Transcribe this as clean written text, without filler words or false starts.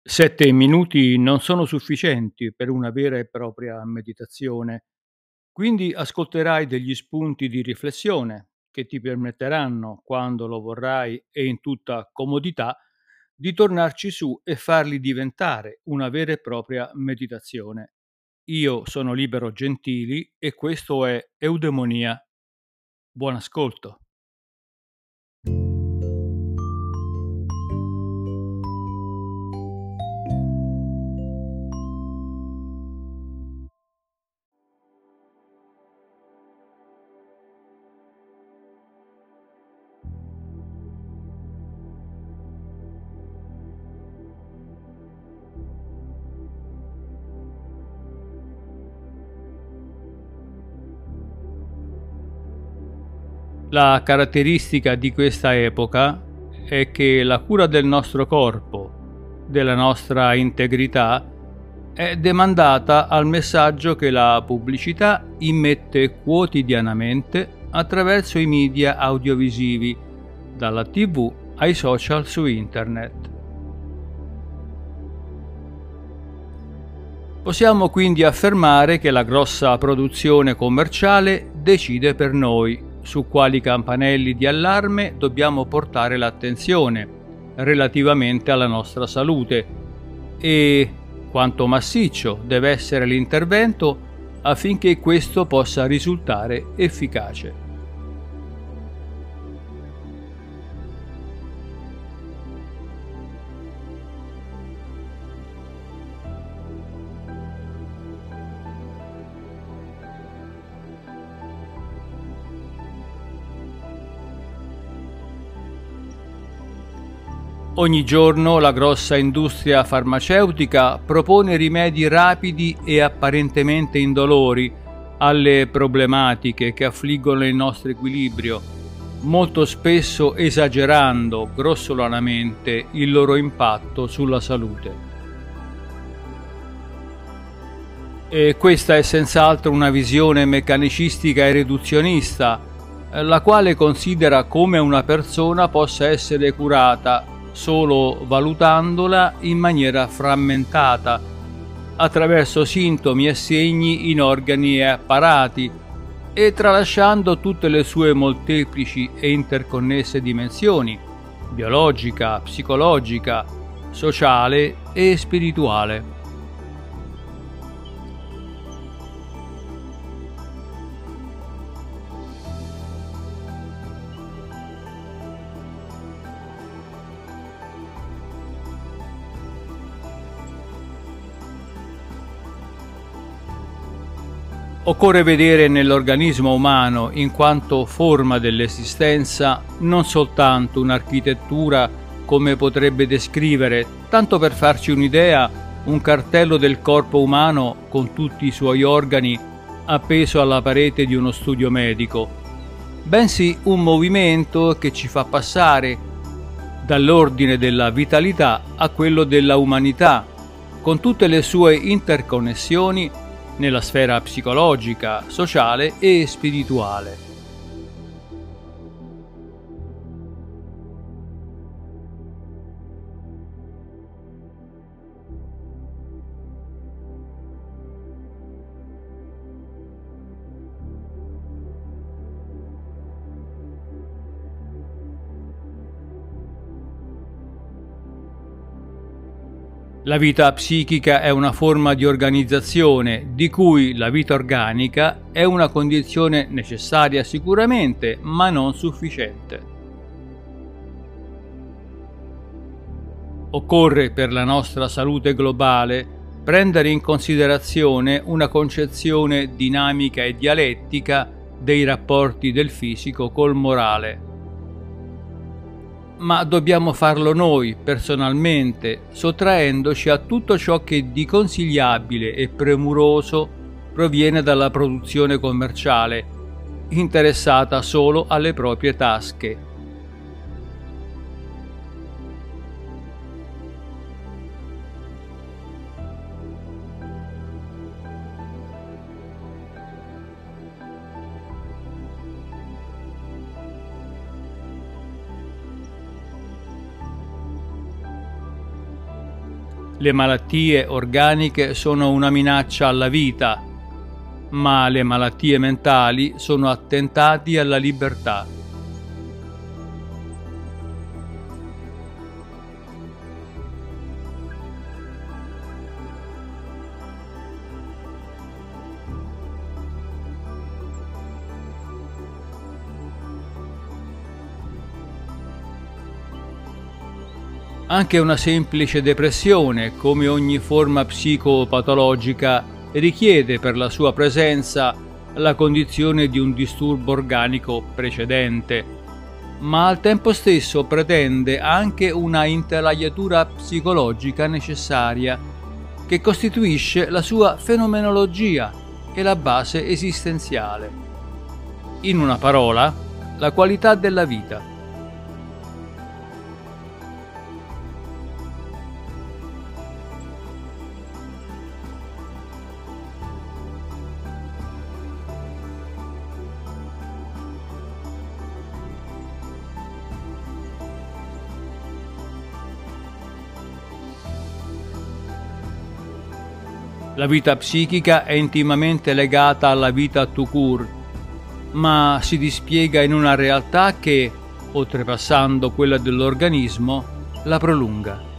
7 minuti non sono sufficienti per una vera e propria meditazione, quindi ascolterai degli spunti di riflessione che ti permetteranno, quando lo vorrai e in tutta comodità, di tornarci su e farli diventare una vera e propria meditazione. Io sono Libero Gentili e questo è Eudemonia. Buon ascolto. La caratteristica di questa epoca è che la cura del nostro corpo, della nostra integrità, è demandata al messaggio che la pubblicità immette quotidianamente attraverso i media audiovisivi, dalla TV ai social su internet. Possiamo quindi affermare che la grossa produzione commerciale decide per noi su quali campanelli di allarme dobbiamo portare l'attenzione relativamente alla nostra salute e quanto massiccio deve essere l'intervento affinché questo possa risultare efficace. Ogni giorno la grossa industria farmaceutica propone rimedi rapidi e apparentemente indolori alle problematiche che affliggono il nostro equilibrio, molto spesso esagerando grossolanamente il loro impatto sulla salute. E questa è senz'altro una visione meccanicistica e riduzionista, la quale considera come una persona possa essere curata solo valutandola in maniera frammentata, attraverso sintomi e segni in organi e apparati, e tralasciando tutte le sue molteplici e interconnesse dimensioni, biologica, psicologica, sociale e spirituale. Occorre vedere nell'organismo umano, in quanto forma dell'esistenza, non soltanto un'architettura come potrebbe descrivere, tanto per farci un'idea, un cartello del corpo umano con tutti i suoi organi appeso alla parete di uno studio medico, bensì un movimento che ci fa passare dall'ordine della vitalità a quello della umanità, con tutte le sue interconnessioni nella sfera psicologica, sociale e spirituale. La vita psichica è una forma di organizzazione di cui la vita organica è una condizione necessaria sicuramente, ma non sufficiente. Occorre per la nostra salute globale prendere in considerazione una concezione dinamica e dialettica dei rapporti del fisico col morale. Ma dobbiamo farlo noi, personalmente, sottraendoci a tutto ciò che di consigliabile e premuroso proviene dalla produzione commerciale, interessata solo alle proprie tasche. Le malattie organiche sono una minaccia alla vita, ma le malattie mentali sono attentati alla libertà. Anche una semplice depressione, come ogni forma psicopatologica, richiede per la sua presenza la condizione di un disturbo organico precedente, ma al tempo stesso pretende anche una intelaiatura psicologica necessaria che costituisce la sua fenomenologia e la base esistenziale. In una parola, la qualità della vita. La vita psichica è intimamente legata alla vita tout court, ma si dispiega in una realtà che, oltrepassando quella dell'organismo, la prolunga.